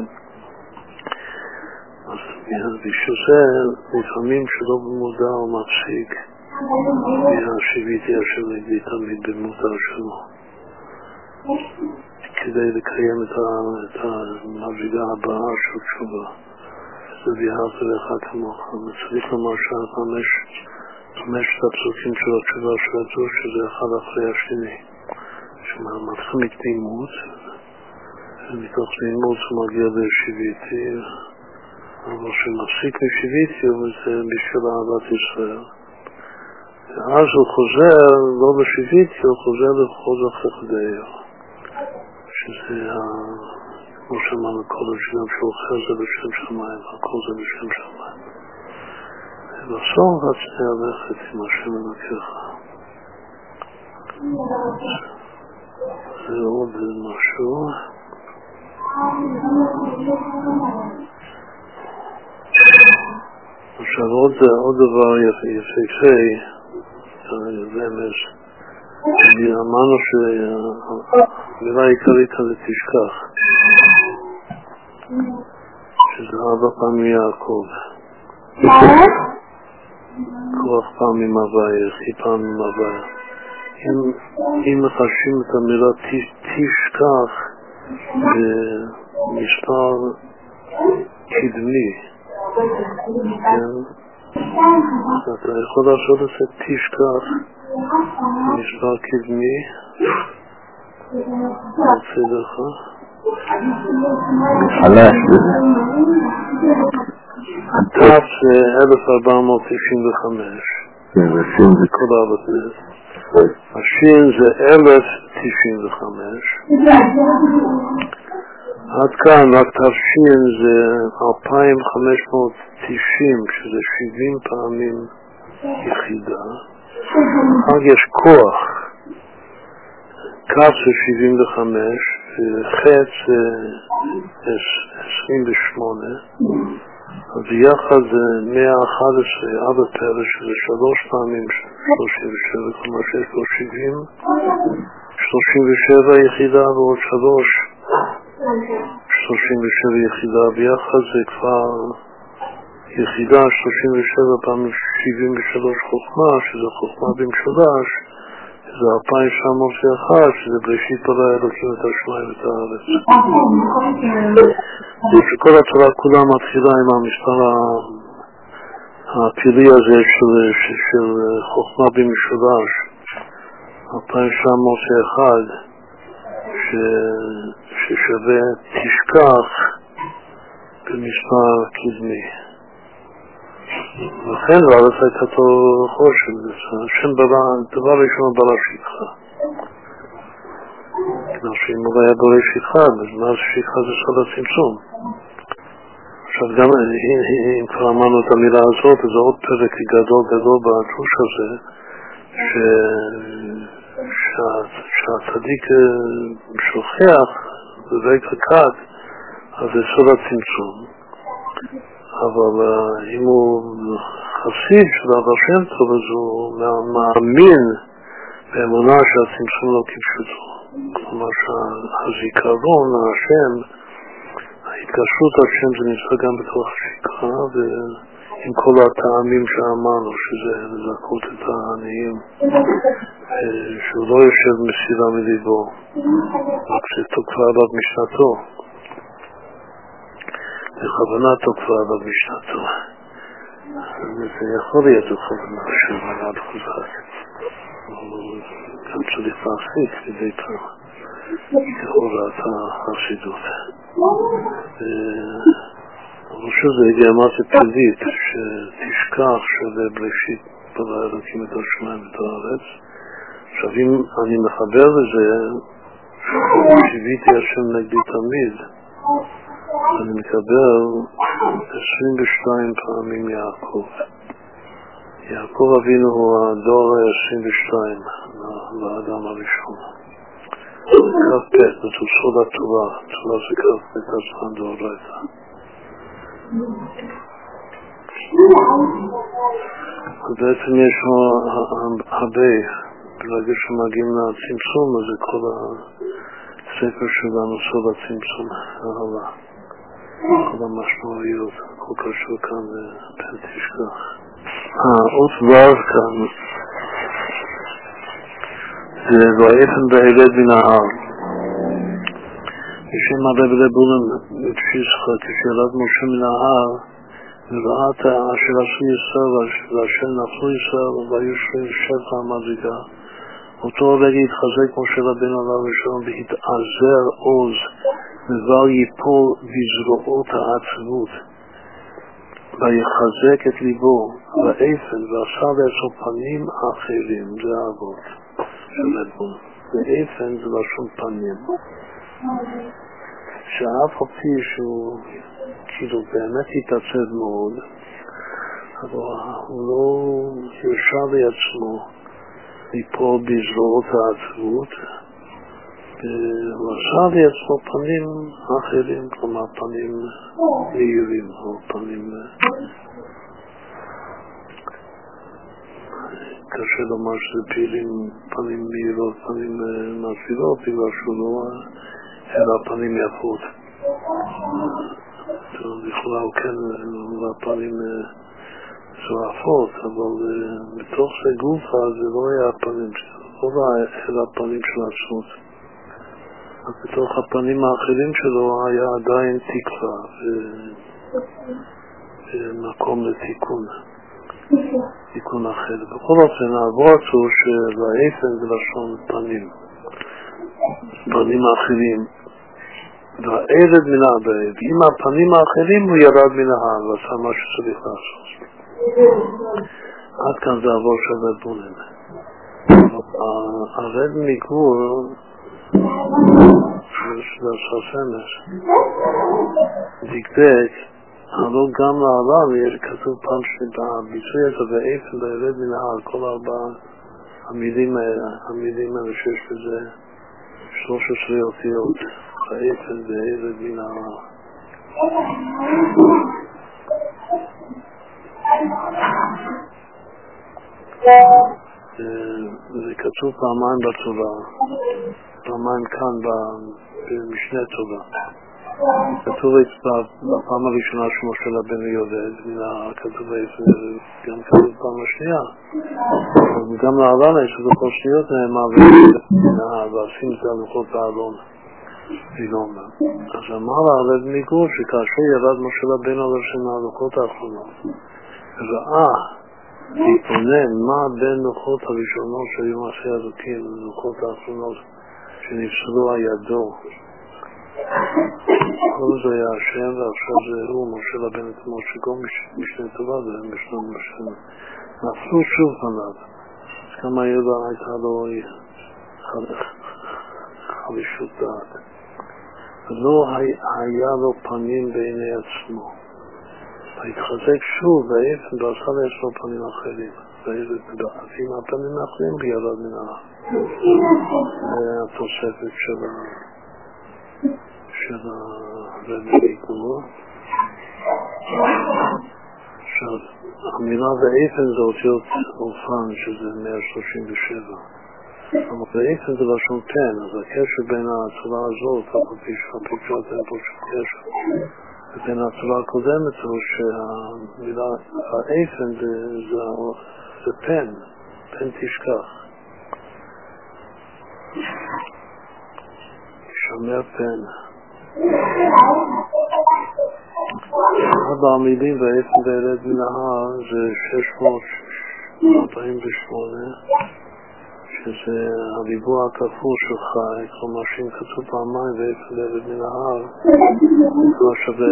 Speaker 1: אז בשביל זה לפעמים שלא במודע הוא מפסיק והשיביתי אשר מביא תמיד במודע שלו כדי לקיים את המדרגה הבאה של תשובה. זה ואהבת לך כמוך. וצריך לומר חמשת הפסוקים של התשובה של הזו, שזה אחד אחרי השני, שמתחיל מתמימות, ומתוך תמימות הוא מגיע לשיביתי, אבל שמפסיק משיביתי זה בשביל אהבת ישראל. ואז הוא חוזר לא לשיביתי, הוא חוזר לחוזר חסדיו, שזה כמו שאמרנו קודם, שגם שהוא אוכל זה בשם שמיים, הכל זה בשם שמיים. ובסוף רצה ללכת עם השם אלוקיך. זה עוד משהו. עכשיו עוד דבר יפהפה, רמז. אמרנו שהמילה העיקרית הזה תשכח, שזה 4 פעמים יעקב. כוח פעמים הוויה, חי פעמים הוויה. אם מחשים את המילה תשכח במספר קדמי, אתה יכול לעשות את זה תשכח במספר קדמי, נוצא לך תף זה 1495, זה כל הבתנס. השין זה 1095. עד כאן רק תפשין זה 2590, שזה 70 פעמים יחידה. אז יש כוח, כף זה 75, וחץ זה 28, אז יחד זה 111 עד הפרש, שזה 3 פעמים 37, כלומר שיש לו 70, 37 יחידה ועוד 37 יחידה, ביחד זה כבר יחידה 37 פעמים 73 חוכמה, שזה חוכמה במשולש, זה 2901, שזה בראשית ברא אלוקים את השמיים ואת הארץ. שכל התורה כולה מתחילה עם המספר הפילי הזה של חוכמה במשולש, 2901, ששווה תשכח במספר קדמי. לכן ועדת הייתה חושב, השם דבר ראשון ברא שכחה. כמו שאם הוא היה ברא שכחה, אז מה שכחה זה סוד הצמצום. עכשיו גם אם כבר אמרנו את המילה הזאת, זה עוד פרק גדול בדרוש הזה, שהצדיק שוכח ברגע קט, אז זה סוד הצמצום. אבל אם הוא חסיד של אבא שם טוב, אז הוא מאמין באמונה שהצמצום לא כפשוטו. כלומר שהזיכרון, השם, ההתקשרות השם זה נמצא גם בתוך השכחה, ועם כל הטעמים שאמרנו, שזה לזכות את העניים, שהוא לא יושב מסירה מליבו, רק שתוקפה עליו משנתו. בכוונה תוקפה עליו משנתו. זה יכול להיות בכוונה שהוא עליו חוזק. גם צריך להחזיק כדי לכאורה החסידות. אבל שזה גרמטיה טבעית, שתשכח שבראשית ברא אלוקים את השמיים ואת הארץ. עכשיו אם אני מחבר לזה, שיביתי השם נגדי תמיד, אני מקבל 22 פעמים יעקב. יעקב אבינו הוא הדור 22 לאדם הראשון. קו פ' בתוספות התורה, תורה זה קו פ' עצמן דאורייתא. ובעצם יש לו הרבה, ברגע שמגיעים לצמצום, אז זה כל הספר שלנו סוד הצמצום, אהבה. כל המשמעויות, כל קשור כאן בפן תשכח. עוד דבר כאן, זה ואיפן בהירד מן ההר. בשם הרב לבולם בפשיסחה, כשירד משה מן ההר, וראת אשר עשו ישראל ואשר נפלו ישראל והיו שרים שבחה המדרגה. אותו רגע התחזק משה רבנו עליו השלום והתעזר עוז ובל ייפול בזרועות העצבות ויחזק את ליבו ואיפן ועשה לעצמו פנים אחרים. זה האבות של לבון. ואיפן זה לשון פנים, שאף הפי שהוא כאילו באמת התעצב מאוד, אבל הוא לא הרשה לעצמו ליפול בזרועות העצבות, והוא עשה לעצמו פנים אחרים, כלומר פנים מהירים או פנים קשה לומר שזה פעילים פנים מהירות, פנים מסבירות, בגלל שהוא לא אלא פנים יפות. לכאורה הוא כן פנים זועפות, אבל בתוך זה גופה זה לא היה הפנים שלו, לא אלא הפנים של עצמות. אז בתוך הפנים האחרים שלו היה עדיין תקווה ומקום לתיקון, תיקון אחר. בכל אופן העבור עצו שהאיפן זה לשון פנים, פנים האחרים, והערד מן הבעד, עם הפנים האחרים הוא ירד מן ההר ועשה מה שצריך לעשות. עד כאן זה עבור של רבונן. הרד מגור של הספמס דקדק, הלא גם לעולם יש כתוב פעם שבביצוי הזה ואיפן בירד מן ההר, כל ארבעה המילים האלה שיש בזה 13 אותיות, האיפן והירד מן ההר. זה כתוב פעמיים בתורה, פעמיים כאן במשנה תורה. כתוב בפעם הראשונה שמו של רבנו יולד, כתוב גם כתוב פעם השנייה. וגם לעלן יש בכל שניות נאמר ועשים את הלוחות האלון. אז אמר הרב מגור שכאשר ירד משה רבנו על השם הלוחות האחרונות, ראה להתבונן מה בין לוחות הראשונות שהיו מעשי אלוקים ללוחות האחרונות שנפסלו על ידו. כל זה היה השם ועכשיו זה הוא, משה רבנו כמו שכל משנה טובה והם בשלום משנה נפלו שוב פניו. אז כמה ידע הייתה לו חלישות דעת, לא היה לו פנים בעיני עצמו, והתחזק שוב ואיפן ועשה לעצמו פנים אחרים, ועם הפנים האחרים בירד מן ההר. זה התוספת של הרבי גור. עכשיו, המילה ואיפן זה אותיות אופן, שזה 137. אבל ואיפן זה לשון פן, אז הקשר בין הצורה הזאת, הפיקשו אתם פה של קשר, ובין הצורה הקודמת הוא שהמילה האיפן זה פן, פן תשכח. שומר פן. ארבע המילים ואיפן וירד מן ההר זה 648, שזה הריבוע הכפול שלך, כלומר שאם כתוב פעמיים ואיפן וירד מן ההר, זה שווה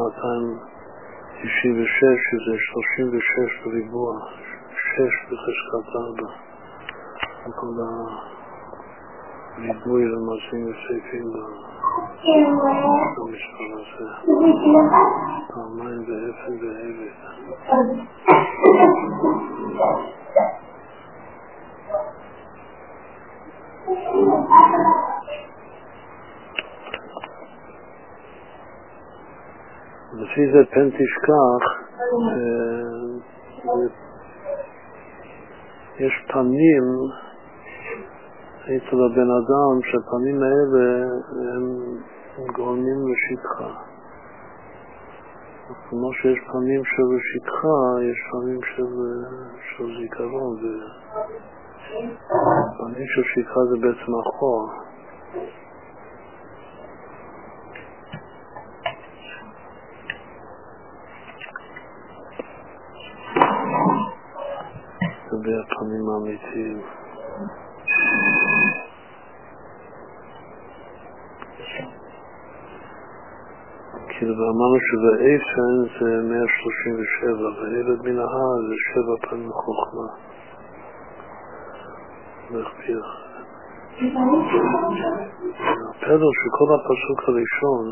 Speaker 1: 1296, שזה 36 בריבוע, 6 בחזקת 4. כל הריבוי רמזים וסעיפים המשפט הזה. פעמיים באפן ועבד. לפי זה פן תשכח, יש פנים אצל הבן אדם שהפנים האלה הם גורמים לשכחה. כמו שיש פנים של שכחה, יש פנים של זיכרון. פנים של שכחה זה בעצם החור. זה הפנים האמיתיים. כאילו אמרנו שבאיפן זה 137 והילד מן ההר זה 7 פעמים חוכמה. להכפיח. הפדל שכל הפסוק הראשון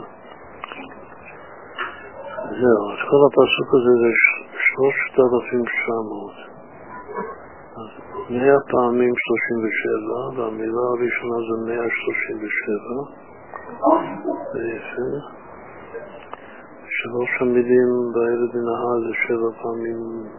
Speaker 1: זהו, אז כל הפסוק הזה זה 3,900. אז 100 פעמים 37 והמילה הראשונה זה 137 באיפן. 3 המילים בילד מן ההר זה 7 פעמים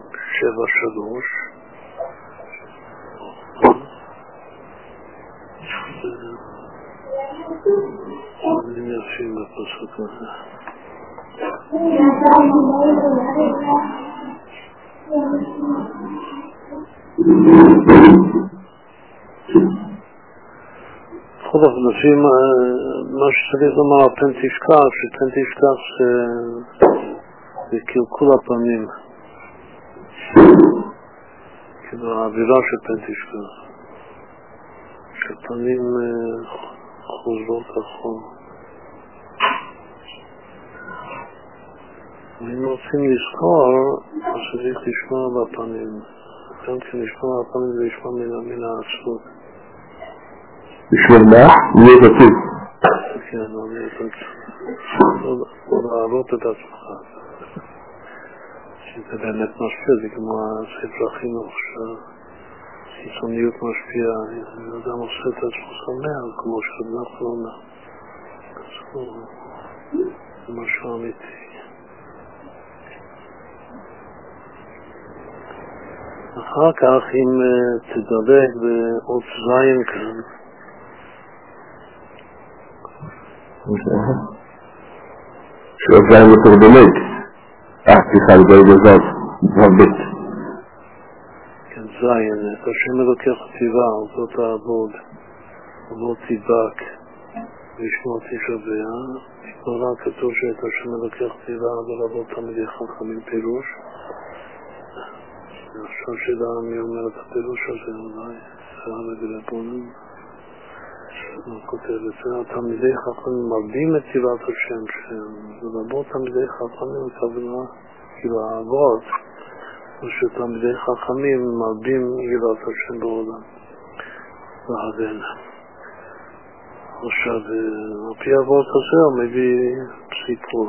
Speaker 1: 7-3. מילים יפים בפסוק הזה. בכל אופן, לפי מה שצריך לומר על פן תשכח, שפן תשכח זה קלקול הפנים, כאילו האווירה של פן תשכח, שפנים חוזרות אחור. ואם רוצים לזכור, אז צריך לשמוע בפנים, גם כן לשמוע בפנים זה לשמוע מן העצות.
Speaker 2: בשביל מה? להיות עצוב.
Speaker 1: כן, להיות עצוב. או להעלות את עצמך. שזה באמת משפיע, זה כמו הספר החינוך, שהחיצוניות משפיעה. אדם עושה את עצמו שמח, כמו שאנחנו אומר. זה משהו אמיתי. אחר כך, אם תדלג באות זין כאן,
Speaker 2: שעוד זין יותר דולג. סליחה, לדלג הזאת, רבית.
Speaker 1: כן, זין, את השם אלוקי חטיבה, זאת העבוד, לא תיבק, לשמוע תשבע, נורא כתוב שאת השם אלוקי חטיבה, ולעבוד תלמידי חכמים פירוש. עכשיו שדע מי אומר את הפירוש הזה, אולי, סער וגרבונים. הוא כותב את זה, התלמידי חכמים מרבים את תיבת השם שם, ולרבות תלמידי חכמים הכוונה, כאילו האבות, ושתלמידי חכמים מרבים תיבת השם בעולם. והבן. עכשיו, על פי האבות הזה הוא מביא סיפור,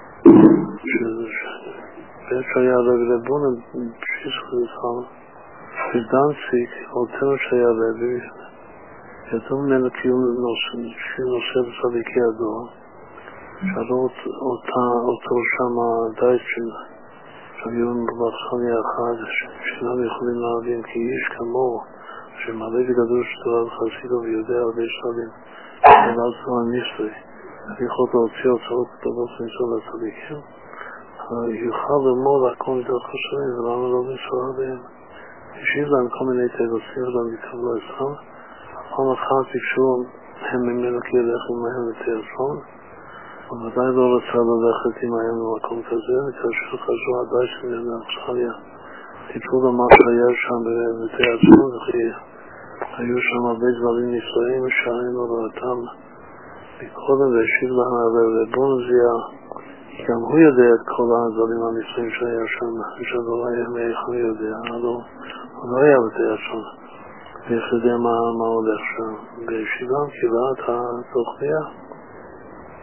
Speaker 1: שהיה לרבונים בשיסחו בדנציק, אותנו שהיה רבי, ידעו ממנו כי הוא נושא בצדיקי הדור, שאלו אותו שם דייטשן, שהיו בבחסניה אחד, שאינם יכולים להבין כי איש כמוהו, שמעלה וגדול שתורה וחסידו ויודע הרבה שלבים, ולאז הוא הניסוי, יכול להוציא הוצאות גדולות למצוא לצדיקים, יוכל ללמוד הכל מתוך חשובים, ולמה לא לנסוע עליהם? ישיב להם כל מיני תירוצים ולא יקבלו אצלם, פעם אחת ביקשו הם ממנו כי ילך עמהם לטלפון, ובוודאי לא רצה ללכת עמהם למקום כזה, וכאשר חזרו עדיין שמהם לאחסליה, טיפלו לו מה שהיה שם בבתי עצמו, וכי היו שם הרבה דברים נפלאים שראינו ראותם מקודם, והשיב להם הרבון זיעה, גם הוא יודע את כל הדברים הנפלאים שהיה שם, שלא היה מאיך הוא יודע, הוא לא היה בתי עצמו. ואיך יודע מה הולך שם. בישיבה קיבלה את התוכניה,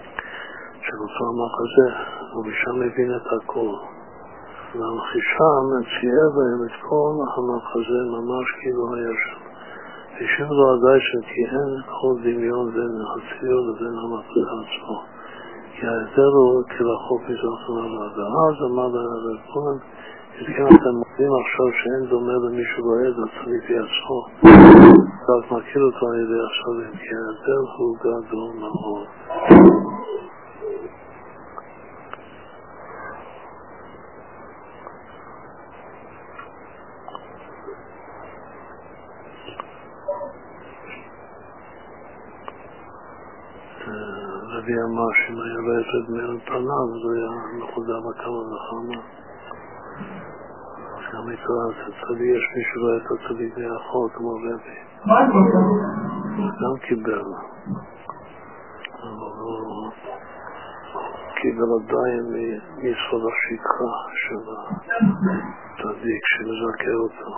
Speaker 1: שרוצה המחזה, ומשם מבין את הכל. והמחישה מציעה בהם את כל המחזה ממש כאילו היה שם. ושם לו עדיין כי אין כל דמיון בין הציור לבין המחזה עצמו. כי ההבדל הוא כרחוק מזרח ומערב. ואז אמר לרב כהן, אם אתם מבינים עכשיו שאין דומה למישהו בעד הצדיק בעצמו, רק מכיר אותו על ידי החשבים, כי ההבדל הוא גדול מאוד. רבי אמר שאם היה רואה את דמי פניו, זה היה מחודר בכמה וכמה. אז גם איתו הצדיק, יש מישהו רואה את הצדיק מאחור כמו רבי. גם קיבל. אבל הוא קיבל עדיין מיסוד השקרה של הצדיק שמזכה אותו.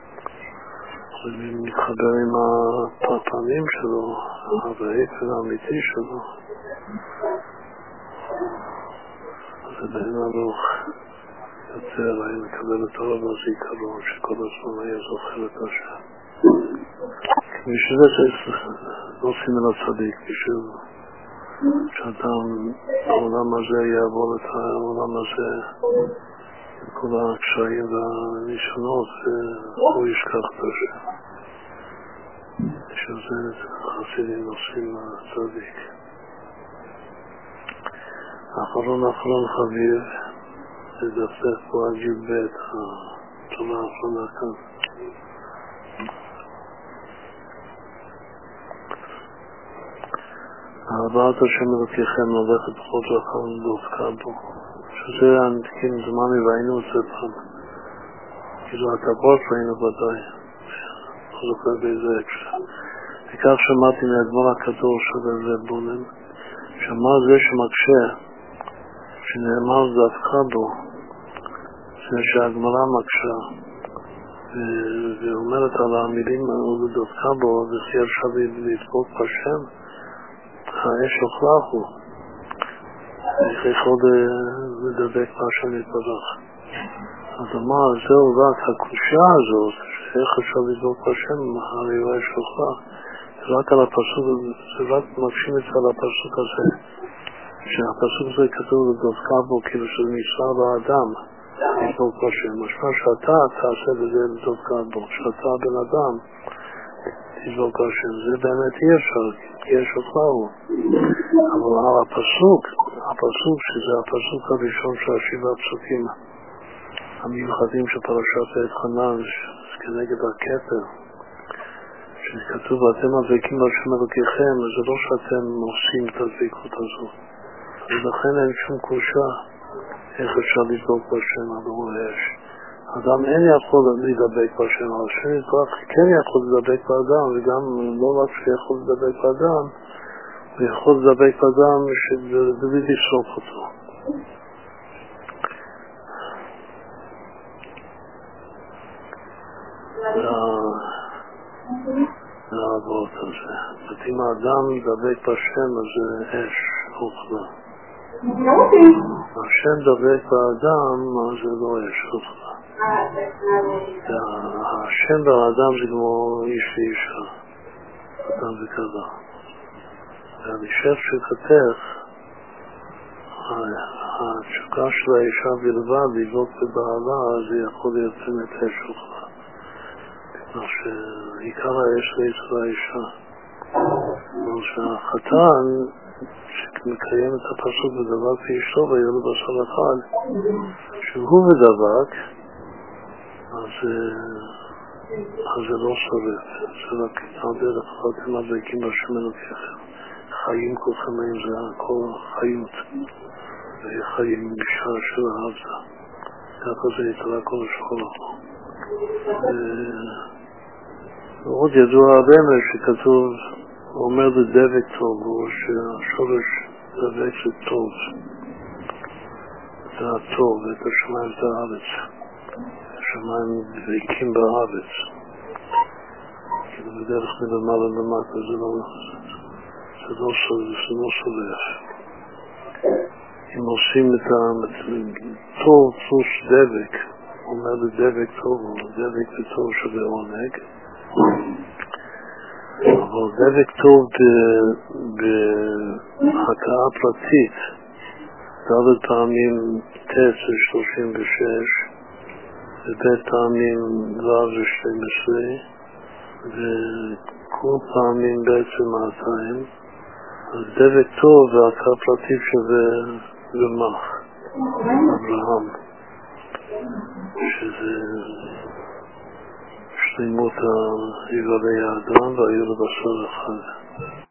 Speaker 1: ומתחבר עם הפנים שלו, ההיפר האמיתי שלו. זה בין הרוח יותר, היה מקבל את הרב הזיכרון שכל הזמן היה זוכר את השם. בשביל זה לא עושים אל הצדיק, בשביל שאדם בעולם הזה יעבור את העולם הזה עם כל הקשיים והניסיונות והוא ישכח את השם. בשביל זה חסידים נוסעים לצדיק. אחרון חביב, זה דפק פה על י"ב, התורה האחרונה כאן. אהבת השם אלוקיכם הולכת בכל דרכיו ודבקה בו. שזה כאילו זמני ראינו את זה פעם. כאילו הטבות ראינו ודאי. לא זוכר באיזה הקשר. וכך שמעתי מהאדמו"ר הקדוש של רב בונם, שאמר זה שמקשה, שנאמר דווקא בו, זה שהגמרא מקשה, ואומרת על המילים דווקא בו, וכי עכשיו לדבוק בשם, האש הוכרח הוא. איך יכול לדבק בהשם יתברך. אז אמר, זהו רק הקושה הזאת, שאיך אפשר לדבוק בשם, הרי הוא האש הוכרח. זה רק על הפסוק, זה רק מקשים את זה על הפסוק הזה. שהפסוק הזה כתוב לדבקה בו, כאילו שזה מצווה באדם, לדבוק בשם. משמע שאתה תעשה בזה לדבקה בו, שאתה בן אדם, תדבוק בשם. זה באמת אי אפשר, כי יש הוכרח הוא. אבל על הפסוק שזה הפסוק הראשון של השבעה הפסוקים המיוחדים של פרשת ואת חנן, כנגד הכתר, שכתוב ואתם הדבקים בהשם אלוקיכם, זה לא שאתם עושים את הדבקות הזו. ולכן אין שום קושה איך אפשר לדבוק בשם, אבל הוא יש. אדם אין יכול לדבק בשם, אבל השם יתברך כן יכול לדבק באדם, וגם לא רק שיכול לדבק באדם, הוא יכול לדבק באדם שבלי לשרוף אותו. לעבוד הזה. אם האדם דבק בשם, אז זה אש אוכלה. השם דבק באדם, אז זה לא אש אוכלה. השם באדם זה כמו איש ואישה. אדם וכלה. ואני חושב שכתך, התשוקה של האישה בלבד לדבוק בבעלה, זה יכול להיות באמת אש אוכלה. כך שעיקר האש זה האישה. אבל שהחתן, שמקיים את הפסוק בדבק ואשתו ויהיה לו בשר אחד, שהוא מדבק, אז זה לא שורף. זה רק על דרך אתם הדבקים בשם אלוקיכם. חיים כולכם היום זה הכל חיות. וחיים בשעה של אהבה. ככה זה יתראה כל השחור. עוד ידוע הרבה שכתוב, הוא אומר לדבק טוב, הוא שהשורש דבק זה טוב. זה הטוב, את השמיים את הארץ. השמיים דבקים בארץ. כאילו בדרך מלמעלה למטה, זה לא שורף. אם עושים את טוב פלוס דבק, אומר לדבק טוב, דבק וטוב שווה עונג, אבל דבק טוב בהכאה פרטית, ד' פעמים ת' 36, וב' פעמים ו' 12, וכל פעמים בעצם 200, אז דבק טוב והכאה פרטית שווה רמ"ח, אברהם, שזה שלמות היוולדי האדם והיו לבשר אחד.